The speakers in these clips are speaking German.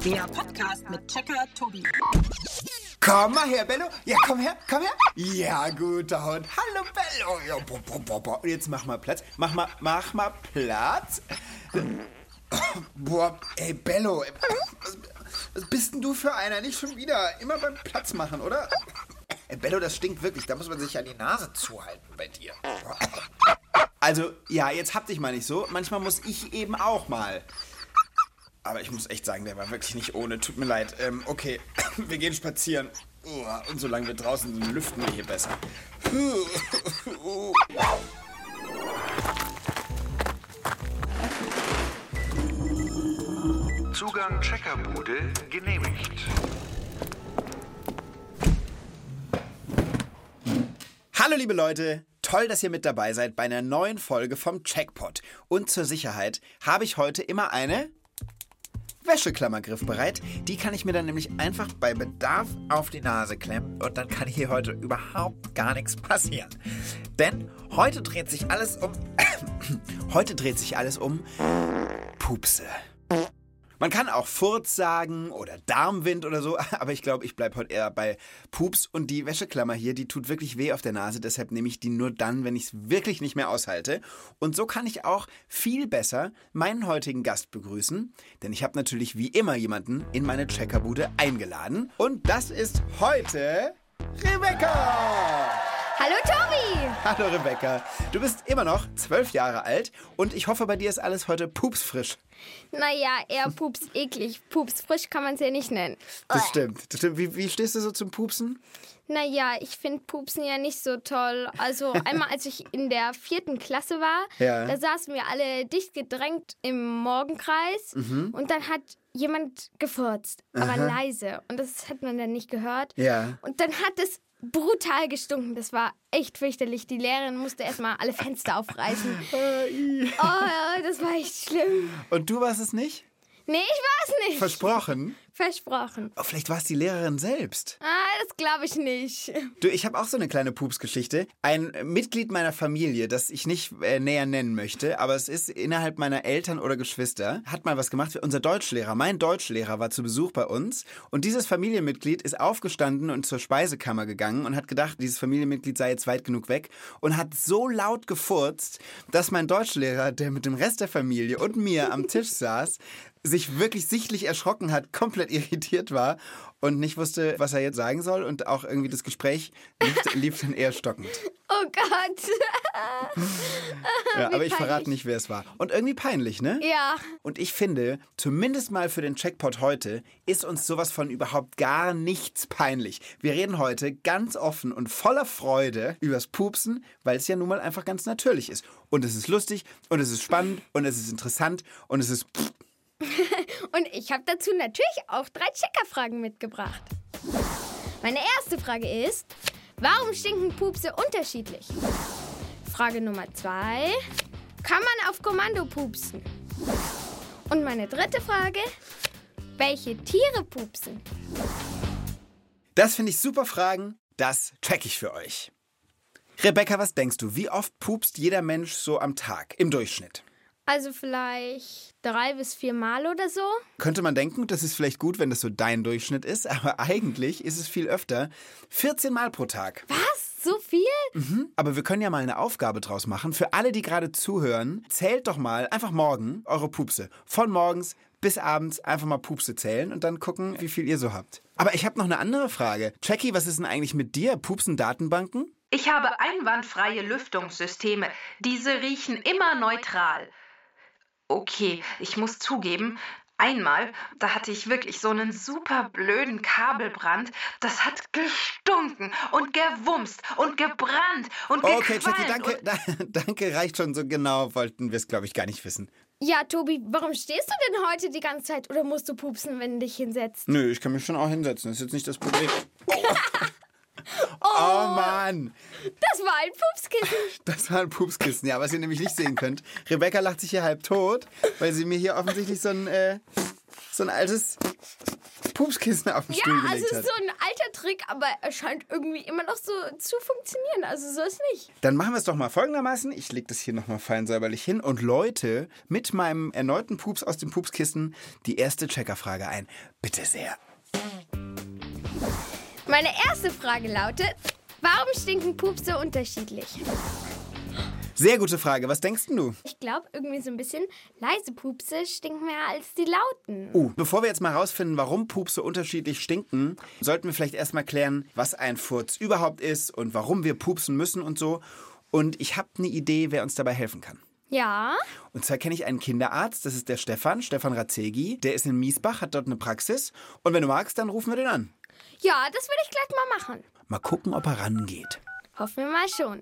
Der Podcast mit Checker Tobi. Komm mal her, Bello. Ja, komm her. Ja, guter Hund. Hallo, Bello. Ja, und jetzt mach mal Platz. Mach mal Platz. Boah, ey, Bello. Was bist denn du für einer? Nicht schon wieder. Immer beim Platz machen, oder? Ey, Bello, das stinkt wirklich. Da muss man sich ja die Nase zuhalten bei dir. Also, ja, jetzt hab dich mal nicht so. Manchmal muss ich eben auch mal. Aber ich muss echt sagen, der war wirklich nicht ohne. Tut mir leid. Okay, wir gehen spazieren. Und solange wir draußen sind, lüften wir hier besser. Zugang Checkerbude genehmigt. Hallo liebe Leute, toll, dass ihr mit dabei seid bei einer neuen Folge vom Checkpot. Und zur Sicherheit habe ich heute immer eine Wäscheklammer griffbereit. Die kann ich mir dann nämlich einfach bei Bedarf auf die Nase klemmen und dann kann hier heute überhaupt gar nichts passieren. Denn heute dreht sich alles um Pupse. Man kann auch Furz sagen oder Darmwind oder so, aber ich glaube, ich bleibe heute eher bei Pups. Und die Wäscheklammer hier, die tut wirklich weh auf der Nase, deshalb nehme ich die nur dann, wenn ich es wirklich nicht mehr aushalte. Und so kann ich auch viel besser meinen heutigen Gast begrüßen, denn ich habe natürlich wie immer jemanden in meine Checkerbude eingeladen. Und das ist heute Rebecca! Hallo Tobi! Hallo Rebecca, du bist immer noch 12 Jahre alt und ich hoffe, bei dir ist alles heute pupsfrisch. Naja, eher pupseklig. Pupsfrisch kann man es ja nicht nennen. Das stimmt. Wie stehst du so zum Pupsen? Naja, ich finde Pupsen ja nicht so toll. Also einmal, als ich in der 4. Klasse war, da saßen wir alle dicht gedrängt im Morgenkreis und dann hat jemand gefurzt, aber leise. Und das hat man dann nicht gehört. Ja. Und dann hat es brutal gestunken. Das war echt fürchterlich. Die Lehrerin musste erstmal alle Fenster aufreißen. Oh, das war echt schlimm. Und du warst es nicht? Nee, ich war es nicht. Versprochen? Versprochen. Oh, vielleicht war es die Lehrerin selbst. Das glaube ich nicht. Du, ich habe auch so eine kleine Pupsgeschichte. Ein Mitglied meiner Familie, das ich nicht näher nennen möchte, aber es ist innerhalb meiner Eltern oder Geschwister, hat mal was gemacht. Mein Deutschlehrer war zu Besuch bei uns und dieses Familienmitglied ist aufgestanden und zur Speisekammer gegangen und hat gedacht, dieses Familienmitglied sei jetzt weit genug weg und hat so laut gefurzt, dass mein Deutschlehrer, der mit dem Rest der Familie und mir am Tisch saß, sich wirklich sichtlich erschrocken hat, komplett irritiert war und nicht wusste, was er jetzt sagen soll und auch irgendwie das Gespräch lief dann eher stockend. Oh Gott. Ja, aber ich verrate nicht, wer es war. Und irgendwie peinlich, ne? Ja. Und ich finde, zumindest mal für den Checkpot heute, ist uns sowas von überhaupt gar nichts peinlich. Wir reden heute ganz offen und voller Freude übers Pupsen, weil es ja nun mal einfach ganz natürlich ist. Und es ist lustig und es ist spannend und es ist interessant und es ist... Und ich habe dazu natürlich auch 3 Checkerfragen mitgebracht. Meine erste Frage ist, warum stinken Pupse unterschiedlich? Frage Nummer 2, kann man auf Kommando pupsen? Und meine dritte Frage, welche Tiere pupsen? Das finde ich super Fragen, das track ich für euch. Rebecca, was denkst du, wie oft pupst jeder Mensch so am Tag im Durchschnitt? Also vielleicht 3 bis 4 Mal oder so. Könnte man denken, das ist vielleicht gut, wenn das so dein Durchschnitt ist, aber eigentlich ist es viel öfter. 14 Mal pro Tag. Was? So viel? Aber wir können ja mal eine Aufgabe draus machen. Für alle, die gerade zuhören, zählt doch mal einfach morgen eure Pupse. Von morgens bis abends einfach mal Pupse zählen und dann gucken, wie viel ihr so habt. Aber ich habe noch eine andere Frage. Jackie, was ist denn eigentlich mit dir? Pupsen Datenbanken? Ich habe einwandfreie Lüftungssysteme. Diese riechen immer neutral. Okay, ich muss zugeben, einmal, da hatte ich wirklich so einen super blöden Kabelbrand. Das hat gestunken und gewumst und gebrannt und gequalmt. Okay, Jackie, danke, reicht schon. So genau wollten wir es, glaube ich, gar nicht wissen. Ja, Tobi, warum stehst du denn heute die ganze Zeit oder musst du pupsen, wenn du dich hinsetzt? Nö, ich kann mich schon auch hinsetzen. Das ist jetzt nicht das Problem. Oh Mann! Das war ein Pupskissen. Das war ein Pupskissen, ja, was ihr nämlich nicht sehen könnt. Rebecca lacht sich hier halb tot, weil sie mir hier offensichtlich so ein altes Pupskissen auf den Stuhl Ja, gelegt also hat. es ist so ein alter Trick, aber er scheint irgendwie immer noch so zu funktionieren. Also so ist nicht. Dann machen wir es doch mal folgendermaßen. Ich lege das hier nochmal fein säuberlich hin und läute mit meinem erneuten Pups aus dem Pupskissen die erste Checkerfrage ein. Bitte sehr. Meine erste Frage lautet, warum stinken Pupse unterschiedlich? Sehr gute Frage. Was denkst denn du? Ich glaube, irgendwie so ein bisschen leise Pupse stinken mehr als die lauten. Bevor wir jetzt mal rausfinden, warum Pupse unterschiedlich stinken, sollten wir vielleicht erstmal klären, was ein Furz überhaupt ist und warum wir pupsen müssen und so. Und ich habe eine Idee, wer uns dabei helfen kann. Ja? Und zwar kenne ich einen Kinderarzt, das ist der Stefan Ratzegi. Der ist in Miesbach, hat dort eine Praxis. Und wenn du magst, dann rufen wir den an. Ja, das würde ich gleich mal machen. Mal gucken, ob er rangeht. Hoffen wir mal schon.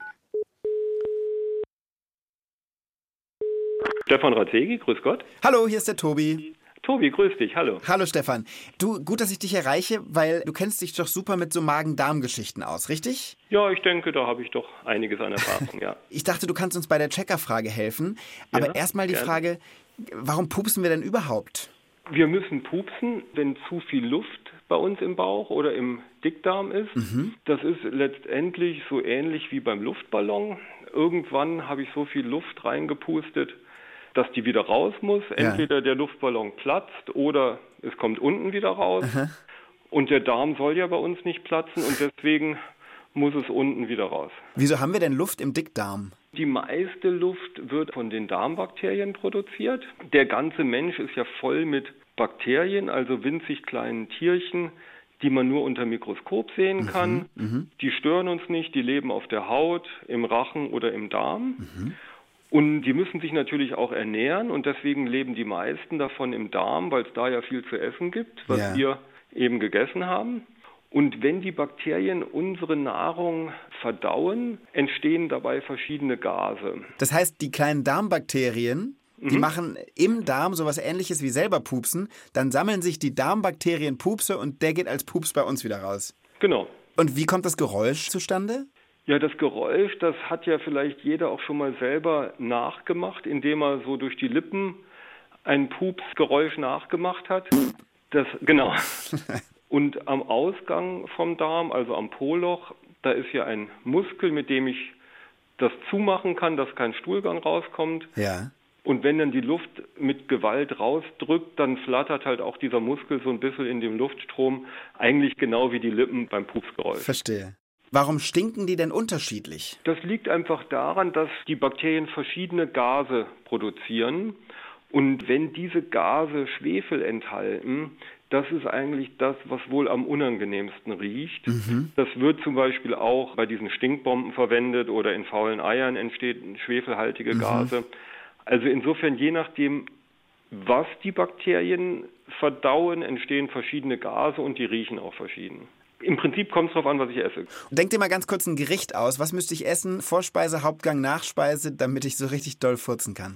Stefan Ratzegi, grüß Gott. Hallo, hier ist der Tobi. Tobi, grüß dich, hallo. Hallo Stefan. Du, gut, dass ich dich erreiche, weil du kennst dich doch super mit so Magen-Darm-Geschichten aus, richtig? Ja, ich denke, da habe ich doch einiges an Erfahrung, ja. Ich dachte, du kannst uns bei der Checkerfrage helfen. Aber Ja, erstmal die gerne. Frage, warum pupsen wir denn überhaupt? Wir müssen pupsen, wenn zu viel Luft bei uns im Bauch oder im Dickdarm ist. Das ist letztendlich so ähnlich wie beim Luftballon. Irgendwann habe ich so viel Luft reingepustet, dass die wieder raus muss. Entweder der Luftballon platzt oder es kommt unten wieder raus. Und der Darm soll ja bei uns nicht platzen und deswegen muss es unten wieder raus. Wieso haben wir denn Luft im Dickdarm? Die meiste Luft wird von den Darmbakterien produziert. Der ganze Mensch ist ja voll mit Bakterien, also winzig kleinen Tierchen, die man nur unter Mikroskop sehen kann. Die stören uns nicht, die leben auf der Haut, im Rachen oder im Darm. Und die müssen sich natürlich auch ernähren und deswegen leben die meisten davon im Darm, weil es da ja viel zu essen gibt, was wir eben gegessen haben. Und wenn die Bakterien unsere Nahrung verdauen, entstehen dabei verschiedene Gase. Das heißt, die kleinen Darmbakterien, die machen im Darm sowas Ähnliches wie selber pupsen. Dann sammeln sich die Darmbakterien Pupse und der geht als Pups bei uns wieder raus. Genau. Und wie kommt das Geräusch zustande? Ja, das Geräusch, das hat ja vielleicht jeder auch schon mal selber nachgemacht, indem er so durch die Lippen ein Pupsgeräusch nachgemacht hat. Genau. Und am Ausgang vom Darm, also am Po-Loch, da ist ja ein Muskel, mit dem ich das zumachen kann, dass kein Stuhlgang rauskommt. Ja. Und wenn dann die Luft mit Gewalt rausdrückt, dann flattert halt auch dieser Muskel so ein bisschen in dem Luftstrom, eigentlich genau wie die Lippen beim Pupsgeräusch. Verstehe. Warum stinken die denn unterschiedlich? Das liegt einfach daran, dass die Bakterien verschiedene Gase produzieren. Und wenn diese Gase Schwefel enthalten, das ist eigentlich das, was wohl am unangenehmsten riecht. Das wird zum Beispiel auch bei diesen Stinkbomben verwendet oder in faulen Eiern entstehen schwefelhaltige Gase. Also insofern, je nachdem, was die Bakterien verdauen, entstehen verschiedene Gase und die riechen auch verschieden. Im Prinzip kommt es darauf an, was ich esse. Denk dir mal ganz kurz ein Gericht aus. Was müsste ich essen? Vorspeise, Hauptgang, Nachspeise, damit ich so richtig doll furzen kann.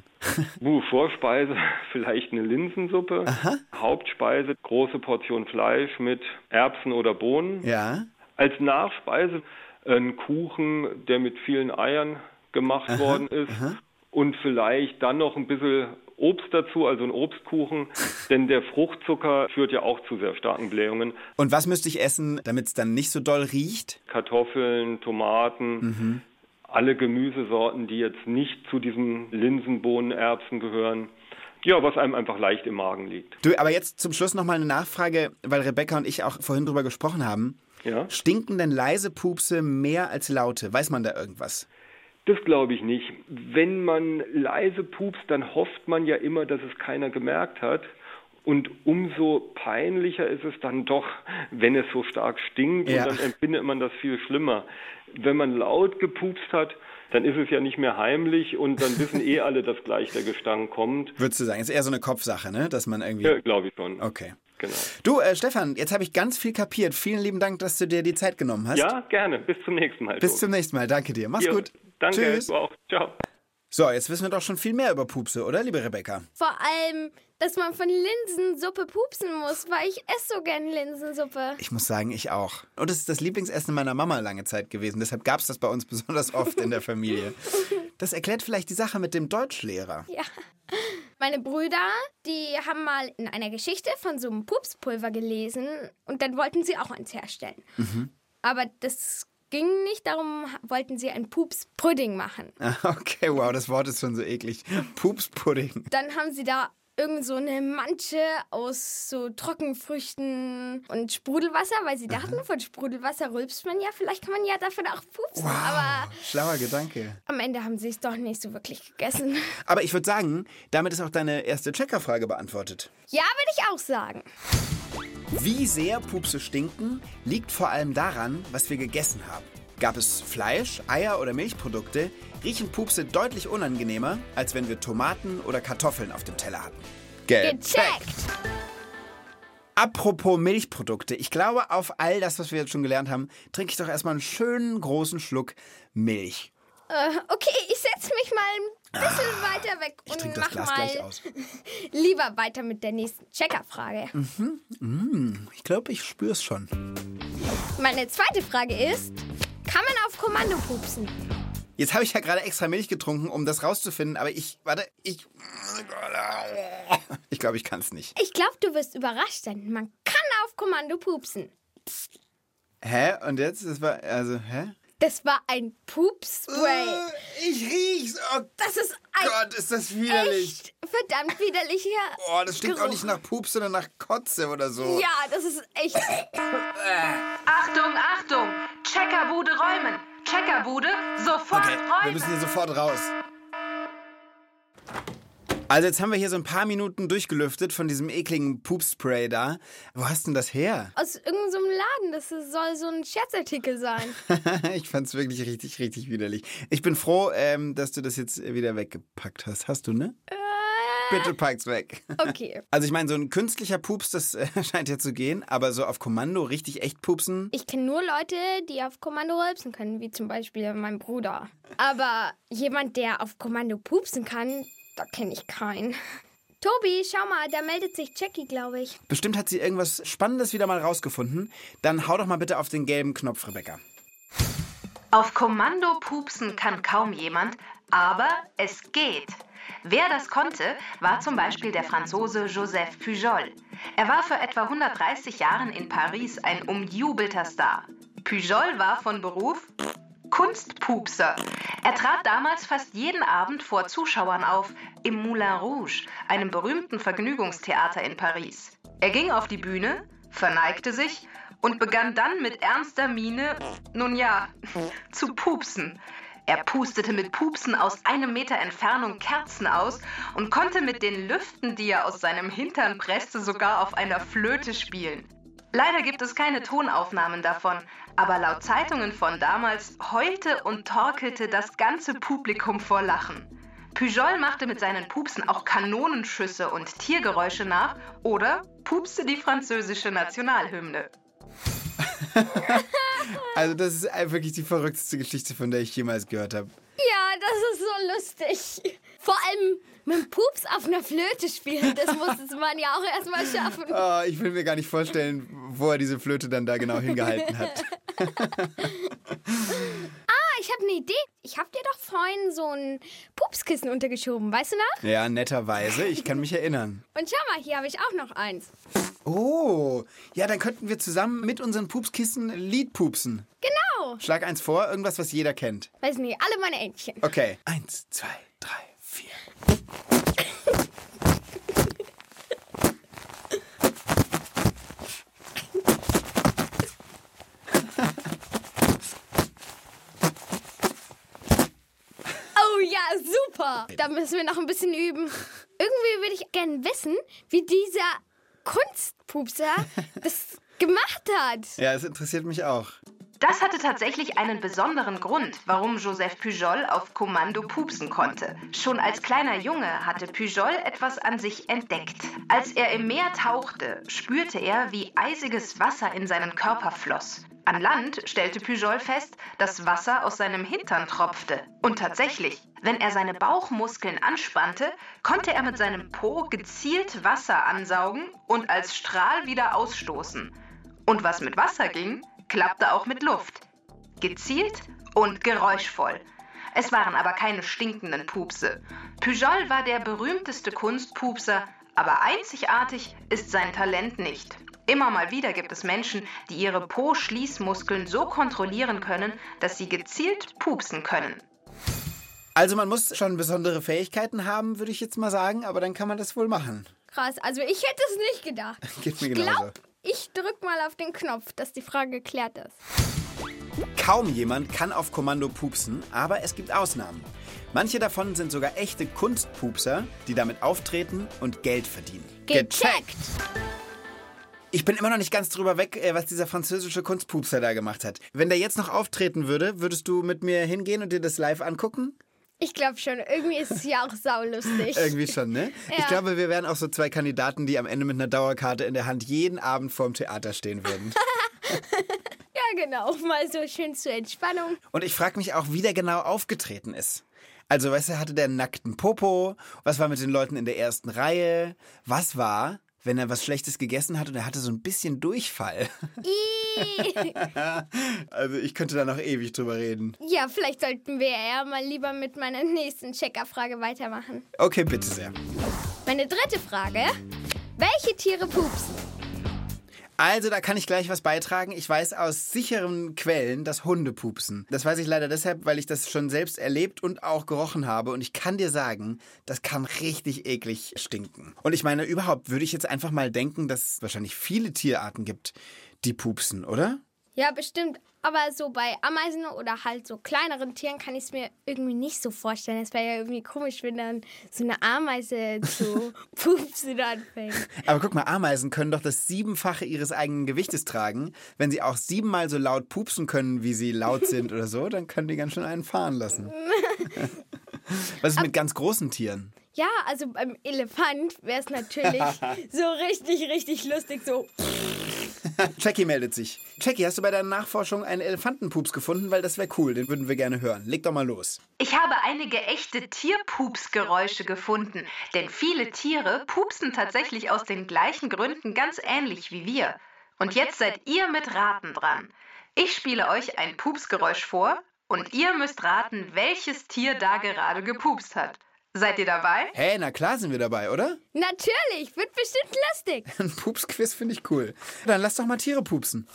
Vorspeise, vielleicht eine Linsensuppe. Hauptspeise, große Portion Fleisch mit Erbsen oder Bohnen. Ja. Als Nachspeise ein Kuchen, der mit vielen Eiern gemacht worden ist. Und vielleicht dann noch ein bisschen Obst dazu, also ein Obstkuchen, denn der Fruchtzucker führt ja auch zu sehr starken Blähungen. Und was müsste ich essen, damit es dann nicht so doll riecht? Kartoffeln, Tomaten, alle Gemüsesorten, die jetzt nicht zu diesen Linsenbohnen, Erbsen gehören. Ja, was einem einfach leicht im Magen liegt. Du, aber jetzt zum Schluss nochmal eine Nachfrage, weil Rebecca und ich auch vorhin drüber gesprochen haben. Ja? Stinken denn leise Pupse mehr als laute? Weiß man da irgendwas? Das glaube ich nicht. Wenn man leise pupst, dann hofft man ja immer, dass es keiner gemerkt hat. Und umso peinlicher ist es dann doch, wenn es so stark stinkt. Ja. Und dann empfindet man das viel schlimmer. Wenn man laut gepupst hat, dann ist es ja nicht mehr heimlich und dann wissen alle, dass gleich der Gestank kommt. Würdest du sagen, ist eher so eine Kopfsache, ne? Dass man irgendwie... Ja, glaube ich schon. Okay. Genau. Du, Stefan, jetzt habe ich ganz viel kapiert. Vielen lieben Dank, dass du dir die Zeit genommen hast. Ja, gerne. Bis zum nächsten Mal. Bis zum nächsten Mal. Danke dir. Mach's Jo, gut. Danke. Tschüss. Du auch. Ciao. So, jetzt wissen wir doch schon viel mehr über Pupse, oder, liebe Rebecca? Vor allem, dass man von Linsensuppe pupsen muss, weil ich esse so gern Linsensuppe. Ich muss sagen, ich auch. Und es ist das Lieblingsessen meiner Mama lange Zeit gewesen. Deshalb gab es das bei uns besonders oft in der Familie. Das erklärt vielleicht die Sache mit dem Deutschlehrer. Ja. Meine Brüder, die haben mal in einer Geschichte von so einem Pupspulver gelesen und dann wollten sie auch eins herstellen. Aber das ging nicht, darum wollten sie einen Pupspudding machen. Okay, wow, das Wort ist schon so eklig. Pupspudding. Dann haben sie da irgend so eine Manche aus so Trockenfrüchten und Sprudelwasser, weil sie dachten, von Sprudelwasser rülpst man ja, vielleicht kann man ja davon auch pupsen. Wow, aber schlauer Gedanke. am Ende haben sie es doch nicht so wirklich gegessen. Aber ich würde sagen, damit ist auch deine erste Checkerfrage beantwortet. Ja, würde ich auch sagen. Wie sehr Pupse stinken, liegt vor allem daran, was wir gegessen haben. Gab es Fleisch, Eier oder Milchprodukte, riechen Pupse deutlich unangenehmer, als wenn wir Tomaten oder Kartoffeln auf dem Teller hatten. Gecheckt! Apropos Milchprodukte, ich glaube, auf all das, was wir jetzt schon gelernt haben, trinke ich doch erstmal einen schönen großen Schluck Milch. Okay, ich setze mich mal ein bisschen weiter weg Ich und trinke das mach Glas mal gleich aus. lieber weiter mit der nächsten Checkerfrage. Ich glaube, ich spüre es schon. Meine zweite Frage ist, kann man auf Kommando pupsen? Jetzt habe ich ja gerade extra Milch getrunken, um das rauszufinden, aber ich glaube, ich kann es nicht. Ich glaube, du wirst überrascht sein. Man kann auf Kommando pupsen. Hä? Und jetzt? Das war ein Pupspray. Ich riech's. Oh Das ist ein Gott, ist das widerlich. echt verdammt widerlicher Oh, das stinkt auch Geruch. nicht nach Pups, sondern nach Kotze oder so. Ja, das ist echt... Achtung, Achtung! Checkerbude räumen! Checkerbude, sofort Okay, wir räumen! müssen hier sofort raus. Also jetzt haben wir hier so ein paar Minuten durchgelüftet von diesem ekligen Pupspray da. Wo hast denn das her? Aus irgendeinem so einem Laden. Das soll so ein Scherzartikel sein. Ich fand's wirklich richtig, richtig widerlich. Ich bin froh, dass du das jetzt wieder weggepackt hast. Hast du, ne? Bitte pack's weg. Okay. Also ich meine, so ein künstlicher Pups, das scheint ja zu gehen, aber so auf Kommando richtig echt pupsen? Ich kenne nur Leute, die auf Kommando rülpsen können, wie zum Beispiel mein Bruder. Aber jemand, der auf Kommando pupsen kann, da kenne ich keinen. Tobi, schau mal, da meldet sich Jackie, glaube ich. Bestimmt hat sie irgendwas Spannendes wieder mal rausgefunden. Dann hau doch mal bitte auf den gelben Knopf, Rebecca. Auf Kommando pupsen kann kaum jemand, aber es geht. Wer das konnte, war zum Beispiel der Franzose Joseph Pujol. Er war vor etwa 130 Jahren in Paris ein umjubelter Star. Pujol war von Beruf Kunstpupser. Er trat damals fast jeden Abend vor Zuschauern auf, im Moulin Rouge, einem berühmten Vergnügungstheater in Paris. Er ging auf die Bühne, verneigte sich und begann dann mit ernster Miene, nun ja, zu pupsen. Er pustete mit Pupsen aus 1 Meter Entfernung Kerzen aus und konnte mit den Lüften, die er aus seinem Hintern presste, sogar auf einer Flöte spielen. Leider gibt es keine Tonaufnahmen davon, aber laut Zeitungen von damals heulte und torkelte das ganze Publikum vor Lachen. Pujol machte mit seinen Pupsen auch Kanonenschüsse und Tiergeräusche nach oder pupste die französische Nationalhymne. Also das ist wirklich die verrückteste Geschichte, von der ich jemals gehört habe. Ja, das ist so lustig. Vor allem mit dem Pups auf einer Flöte spielen, das muss man ja auch erstmal schaffen. Oh, ich will mir gar nicht vorstellen, wo er diese Flöte dann da genau hingehalten hat. Ich habe eine Idee. Ich habe dir doch vorhin so ein Pupskissen untergeschoben, weißt du noch? Ja, netterweise. Ich kann mich erinnern. Und schau mal, hier habe ich auch noch eins. Oh, ja, dann könnten wir zusammen mit unseren Pupskissen Lied pupsen. Genau. Schlag eins vor, irgendwas, was jeder kennt. Weiß nicht, alle meine Entchen. Okay. 1, 2, 3, 4. Oh ja, super. Da müssen wir noch ein bisschen üben. Irgendwie würde ich gerne wissen, wie dieser Kunstpupser das gemacht hat. Ja, es interessiert mich auch. Das hatte tatsächlich einen besonderen Grund, warum Joseph Pujol auf Kommando pupsen konnte. Schon als kleiner Junge hatte Pujol etwas an sich entdeckt. Als er im Meer tauchte, spürte er, wie eisiges Wasser in seinen Körper floss. An Land stellte Pujol fest, dass Wasser aus seinem Hintern tropfte. Und tatsächlich, wenn er seine Bauchmuskeln anspannte, konnte er mit seinem Po gezielt Wasser ansaugen und als Strahl wieder ausstoßen. Und was mit Wasser ging, klappte auch mit Luft. Gezielt und geräuschvoll. Es waren aber keine stinkenden Pupse. Pujol war der berühmteste Kunstpupser, aber einzigartig ist sein Talent nicht. Immer mal wieder gibt es Menschen, die ihre Po-Schließmuskeln so kontrollieren können, dass sie gezielt pupsen können. Also man muss schon besondere Fähigkeiten haben, würde ich jetzt mal sagen, aber dann kann man das wohl machen. Krass, also ich hätte es nicht gedacht. Geht mir genauso. Ich drück mal auf den Knopf, dass die Frage geklärt ist. Kaum jemand kann auf Kommando pupsen, aber es gibt Ausnahmen. Manche davon sind sogar echte Kunstpupser, die damit auftreten und Geld verdienen. Gecheckt! Ich bin immer noch nicht ganz drüber weg, was dieser französische Kunstpupser da gemacht hat. Wenn der jetzt noch auftreten würde, würdest du mit mir hingehen und dir das live angucken? Ich glaube schon. Irgendwie ist es ja auch saulustig. Irgendwie schon, ne? Ja. Ich glaube, wir wären auch so 2 Kandidaten, die am Ende mit einer Dauerkarte in der Hand jeden Abend vorm Theater stehen würden. Ja, genau. Mal so schön zur Entspannung. Und ich frage mich auch, wie der genau aufgetreten ist. Also, weißt du, hatte der einen nackten Popo? Was war mit den Leuten in der ersten Reihe? Was war, wenn er was Schlechtes gegessen hat und er hatte so ein bisschen Durchfall? Also, ich könnte da noch ewig drüber reden. Ja, vielleicht sollten wir eher mal lieber mit meiner nächsten Checkerfrage weitermachen. Okay, bitte sehr. Meine dritte Frage. Welche Tiere pupsen? Also, da kann ich gleich was beitragen. Ich weiß aus sicheren Quellen, dass Hunde pupsen. Das weiß ich leider deshalb, weil ich das schon selbst erlebt und auch gerochen habe. Und ich kann dir sagen, das kann richtig eklig stinken. Und ich meine, überhaupt würde ich jetzt einfach mal denken, dass es wahrscheinlich viele Tierarten gibt, die pupsen, oder? Ja, bestimmt. Aber so bei Ameisen oder halt so kleineren Tieren kann ich es mir irgendwie nicht so vorstellen. Es wäre ja irgendwie komisch, wenn dann so eine Ameise zu pupsen anfängt. Aber guck mal, Ameisen können doch das 7-fache ihres eigenen Gewichtes tragen. Wenn sie auch 7-mal so laut pupsen können, wie sie laut sind oder so, dann können die ganz schön einen fahren lassen. Was ist mit ganz großen Tieren? Ja, also beim Elefant wäre es natürlich so richtig lustig, so... Jackie meldet sich. Jackie, hast du bei deiner Nachforschung einen Elefantenpups gefunden? Weil das wäre cool, den würden wir gerne hören. Leg doch mal los. Ich habe einige echte Tierpupsgeräusche gefunden, denn viele Tiere pupsen tatsächlich aus den gleichen Gründen ganz ähnlich wie wir. Und jetzt seid ihr mit Raten dran. Ich spiele euch ein Pupsgeräusch vor und ihr müsst raten, welches Tier da gerade gepupst hat. Seid ihr dabei? Hey, na klar sind wir dabei, oder? Natürlich, wird bestimmt lustig. Ein Pupsquiz finde ich cool. Dann lass doch mal Tiere pupsen.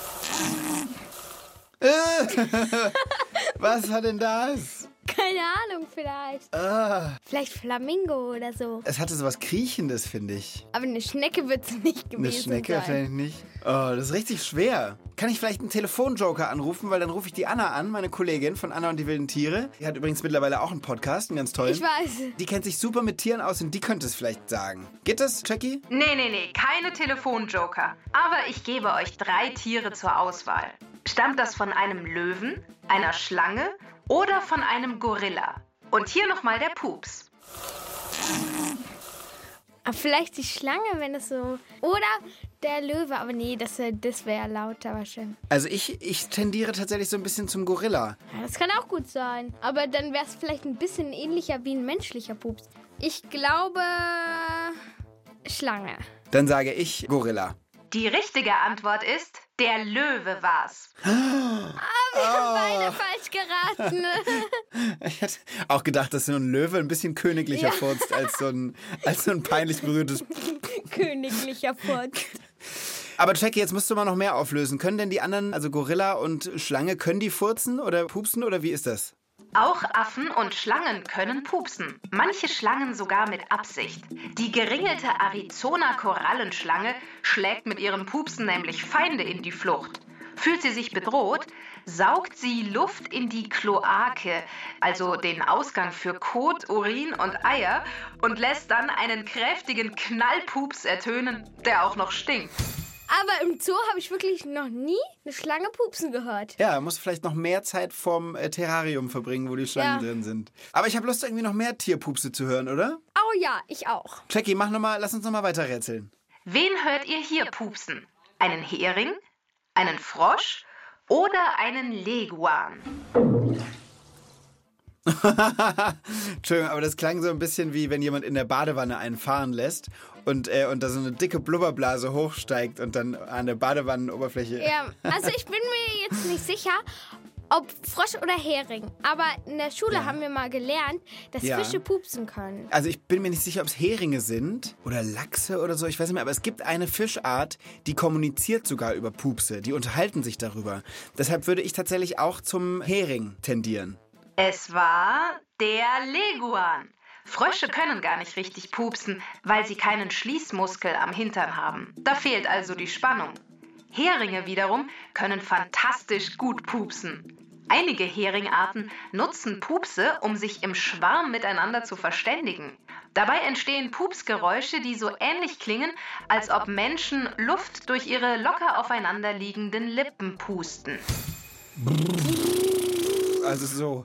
Was war denn das? Keine Ahnung, vielleicht. Vielleicht Flamingo oder so. Es hatte sowas Kriechendes, finde ich. Aber eine Schnecke wird es nicht gewesen Eine Schnecke sein. wahrscheinlich nicht. Oh, das ist richtig schwer. Kann ich vielleicht einen Telefonjoker anrufen, weil dann rufe ich die Anna an, meine Kollegin von Anna und die wilden Tiere. Die hat übrigens mittlerweile auch einen Podcast, einen ganz tollen. Ich weiß. Die kennt sich super mit Tieren aus und die könnte es vielleicht sagen. Geht das, Jackie? Nee, keine Telefonjoker. Aber ich gebe euch 3 Tiere zur Auswahl. Stammt das von einem Löwen, einer Schlange oder von einem Gorilla? Und hier nochmal der Pups. Aber vielleicht die Schlange, wenn es so... Oder der Löwe, aber nee, das wäre lauter wahrscheinlich. Also ich tendiere tatsächlich so ein bisschen zum Gorilla. Ja, das kann auch gut sein. Aber dann wäre es vielleicht ein bisschen ähnlicher wie ein menschlicher Pups. Ich glaube... Schlange. Dann sage ich Gorilla. Die richtige Antwort ist, der Löwe war's. Wir haben beide falsch geraten. Ich hätte auch gedacht, dass so ein Löwe ein bisschen königlicher furzt als so ein peinlich berührtes... Königlicher Furz. Aber Jackie, jetzt musst du mal noch mehr auflösen. Können denn die anderen, also Gorilla und Schlange, können die furzen oder pupsen oder wie ist das? Auch Affen und Schlangen können pupsen. Manche Schlangen sogar mit Absicht. Die geringelte Arizona-Korallenschlange schlägt mit ihren Pupsen nämlich Feinde in die Flucht. Fühlt sie sich bedroht, saugt sie Luft in die Kloake, also den Ausgang für Kot, Urin und Eier, und lässt dann einen kräftigen Knallpups ertönen, der auch noch stinkt. Aber im Zoo habe ich wirklich noch nie eine Schlange pupsen gehört. Ja, muss vielleicht noch mehr Zeit vorm Terrarium verbringen, wo die Schlangen drin sind. Aber ich habe Lust, irgendwie noch mehr Tierpupse zu hören, oder? Oh ja, ich auch. Jackie, lass uns noch mal weiter rätseln. Wen hört ihr hier pupsen? Einen Hering, einen Frosch oder einen Leguan? Entschuldigung, aber das klang so ein bisschen wie, wenn jemand in der Badewanne einen fahren lässt und da so eine dicke Blubberblase hochsteigt und dann an der Badewannenoberfläche... Ja, also ich bin mir jetzt nicht sicher, ob Frosch oder Hering. Aber in der Schule haben wir mal gelernt, dass Fische pupsen können. Also ich bin mir nicht sicher, ob es Heringe sind oder Lachse oder so, ich weiß nicht mehr. Aber es gibt eine Fischart, die kommuniziert sogar über Pupse. Die unterhalten sich darüber. Deshalb würde ich tatsächlich auch zum Hering tendieren. Es war der Leguan. Frösche können gar nicht richtig pupsen, weil sie keinen Schließmuskel am Hintern haben. Da fehlt also die Spannung. Heringe wiederum können fantastisch gut pupsen. Einige Heringarten nutzen Pupse, um sich im Schwarm miteinander zu verständigen. Dabei entstehen Pupsgeräusche, die so ähnlich klingen, als ob Menschen Luft durch ihre locker aufeinander liegenden Lippen pusten. Also so.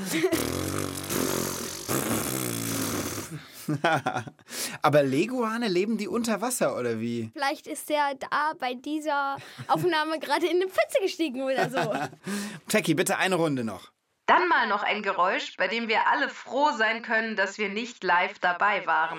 Aber Leguane, leben die unter Wasser oder wie? Vielleicht ist der da bei dieser Aufnahme gerade in eine Pfütze gestiegen oder so. Jackie, bitte eine Runde noch. Dann mal noch ein Geräusch, bei dem wir alle froh sein können, dass wir nicht live dabei waren.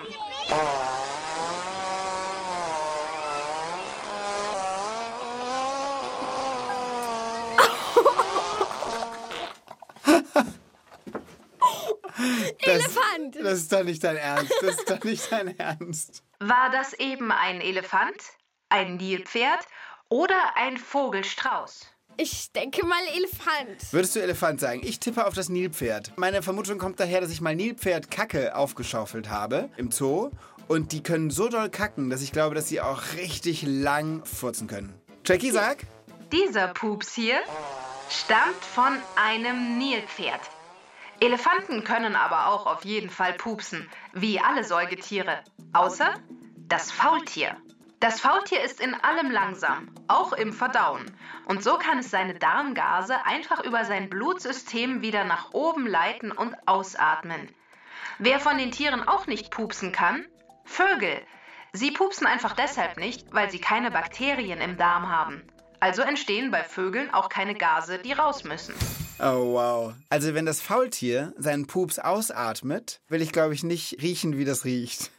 Elefant! Das ist doch nicht dein Ernst. Das ist doch nicht dein Ernst. War das eben ein Elefant, ein Nilpferd oder ein Vogelstrauß? Ich denke mal Elefant. Würdest du Elefant sagen? Ich tippe auf das Nilpferd. Meine Vermutung kommt daher, dass ich mal Nilpferd-Kacke aufgeschaufelt habe im Zoo. Und die können so doll kacken, dass ich glaube, dass sie auch richtig lang furzen können. Jackie, sag. Dieser Pups hier stammt von einem Nilpferd. Elefanten können aber auch auf jeden Fall pupsen, wie alle Säugetiere, außer das Faultier. Das Faultier ist in allem langsam, auch im Verdauen. Und so kann es seine Darmgase einfach über sein Blutsystem wieder nach oben leiten und ausatmen. Wer von den Tieren auch nicht pupsen kann? Vögel. Sie pupsen einfach deshalb nicht, weil sie keine Bakterien im Darm haben. Also entstehen bei Vögeln auch keine Gase, die raus müssen. Oh, wow. Also wenn das Faultier seinen Pups ausatmet, will ich, glaube ich, nicht riechen, wie das riecht.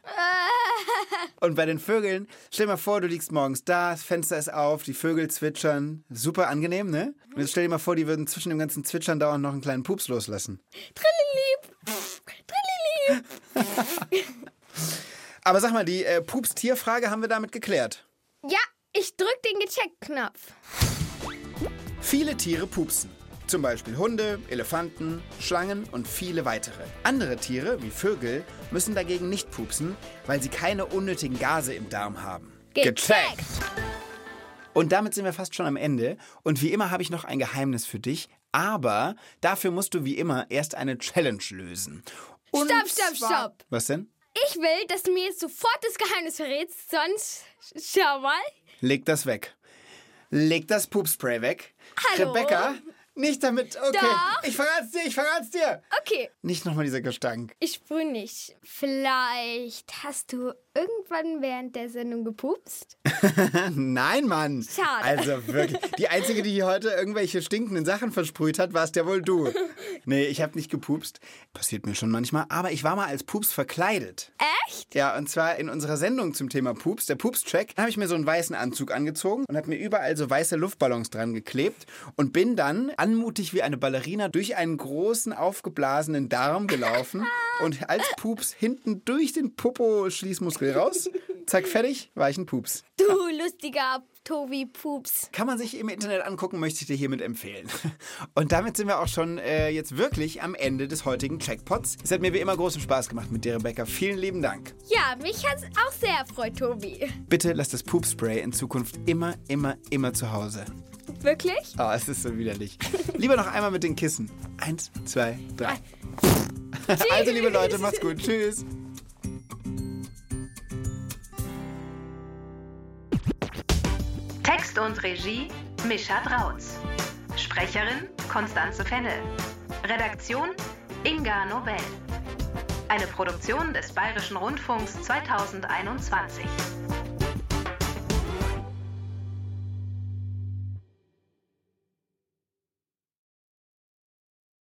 Und bei den Vögeln, stell dir mal vor, du liegst morgens da, das Fenster ist auf, die Vögel zwitschern. Super angenehm, ne? Und jetzt stell dir mal vor, die würden zwischen dem ganzen Zwitschern dauernd noch einen kleinen Pups loslassen. Trillilieb! Trillilieb! Aber sag mal, die Pups-Tier-Frage haben wir damit geklärt. Ja, ich drück den Gecheckt-Knopf. Viele Tiere pupsen. Zum Beispiel Hunde, Elefanten, Schlangen und viele weitere. Andere Tiere, wie Vögel, müssen dagegen nicht pupsen, weil sie keine unnötigen Gase im Darm haben. Gecheckt! Und damit sind wir fast schon am Ende. Und wie immer habe ich noch ein Geheimnis für dich. Aber dafür musst du wie immer erst eine Challenge lösen. Und Stopp! Was denn? Ich will, dass du mir jetzt sofort das Geheimnis verrätst, sonst... Schau mal. Leg das weg. Leg das Pupspray weg. Hallo? Rebecca, nicht damit. Okay. Doch. Ich verrat's dir. Okay. Nicht nochmal dieser Gestank. Ich sprühe nicht. Vielleicht hast du irgendwann während der Sendung gepupst? Nein, Mann. Schade. Also wirklich. Die Einzige, die hier heute irgendwelche stinkenden Sachen versprüht hat, warst ja wohl du. Nee, ich habe nicht gepupst. Passiert mir schon manchmal. Aber ich war mal als Pups verkleidet. Echt? Ja, und zwar in unserer Sendung zum Thema Pups, der Pups-Track, habe ich mir so einen weißen Anzug angezogen und habe mir überall so weiße Luftballons dran geklebt und bin dann anmutig wie eine Ballerina durch einen großen, aufgeblasenen Darm gelaufen und als Pups hinten durch den Popo-Schließmuskel raus. Zack, fertig, war ich ein Pups. Du lustiger Tobi Pups. Kann man sich im Internet angucken, möchte ich dir hiermit empfehlen. Und damit sind wir auch schon jetzt wirklich am Ende des heutigen Checkpots. Es hat mir wie immer großen Spaß gemacht mit dir, Rebecca. Vielen lieben Dank. Ja, mich hat's auch sehr erfreut, Tobi. Bitte lass das Pupspray in Zukunft immer zu Hause. Wirklich? Oh, es ist so widerlich. Lieber noch einmal mit den Kissen. 1, 2, 3. Also, liebe Leute, macht's gut. Tschüss. Text und Regie Mischa Drautz. Sprecherin Constanze Fennel. Redaktion Inga Nobel. Eine Produktion des Bayerischen Rundfunks 2021.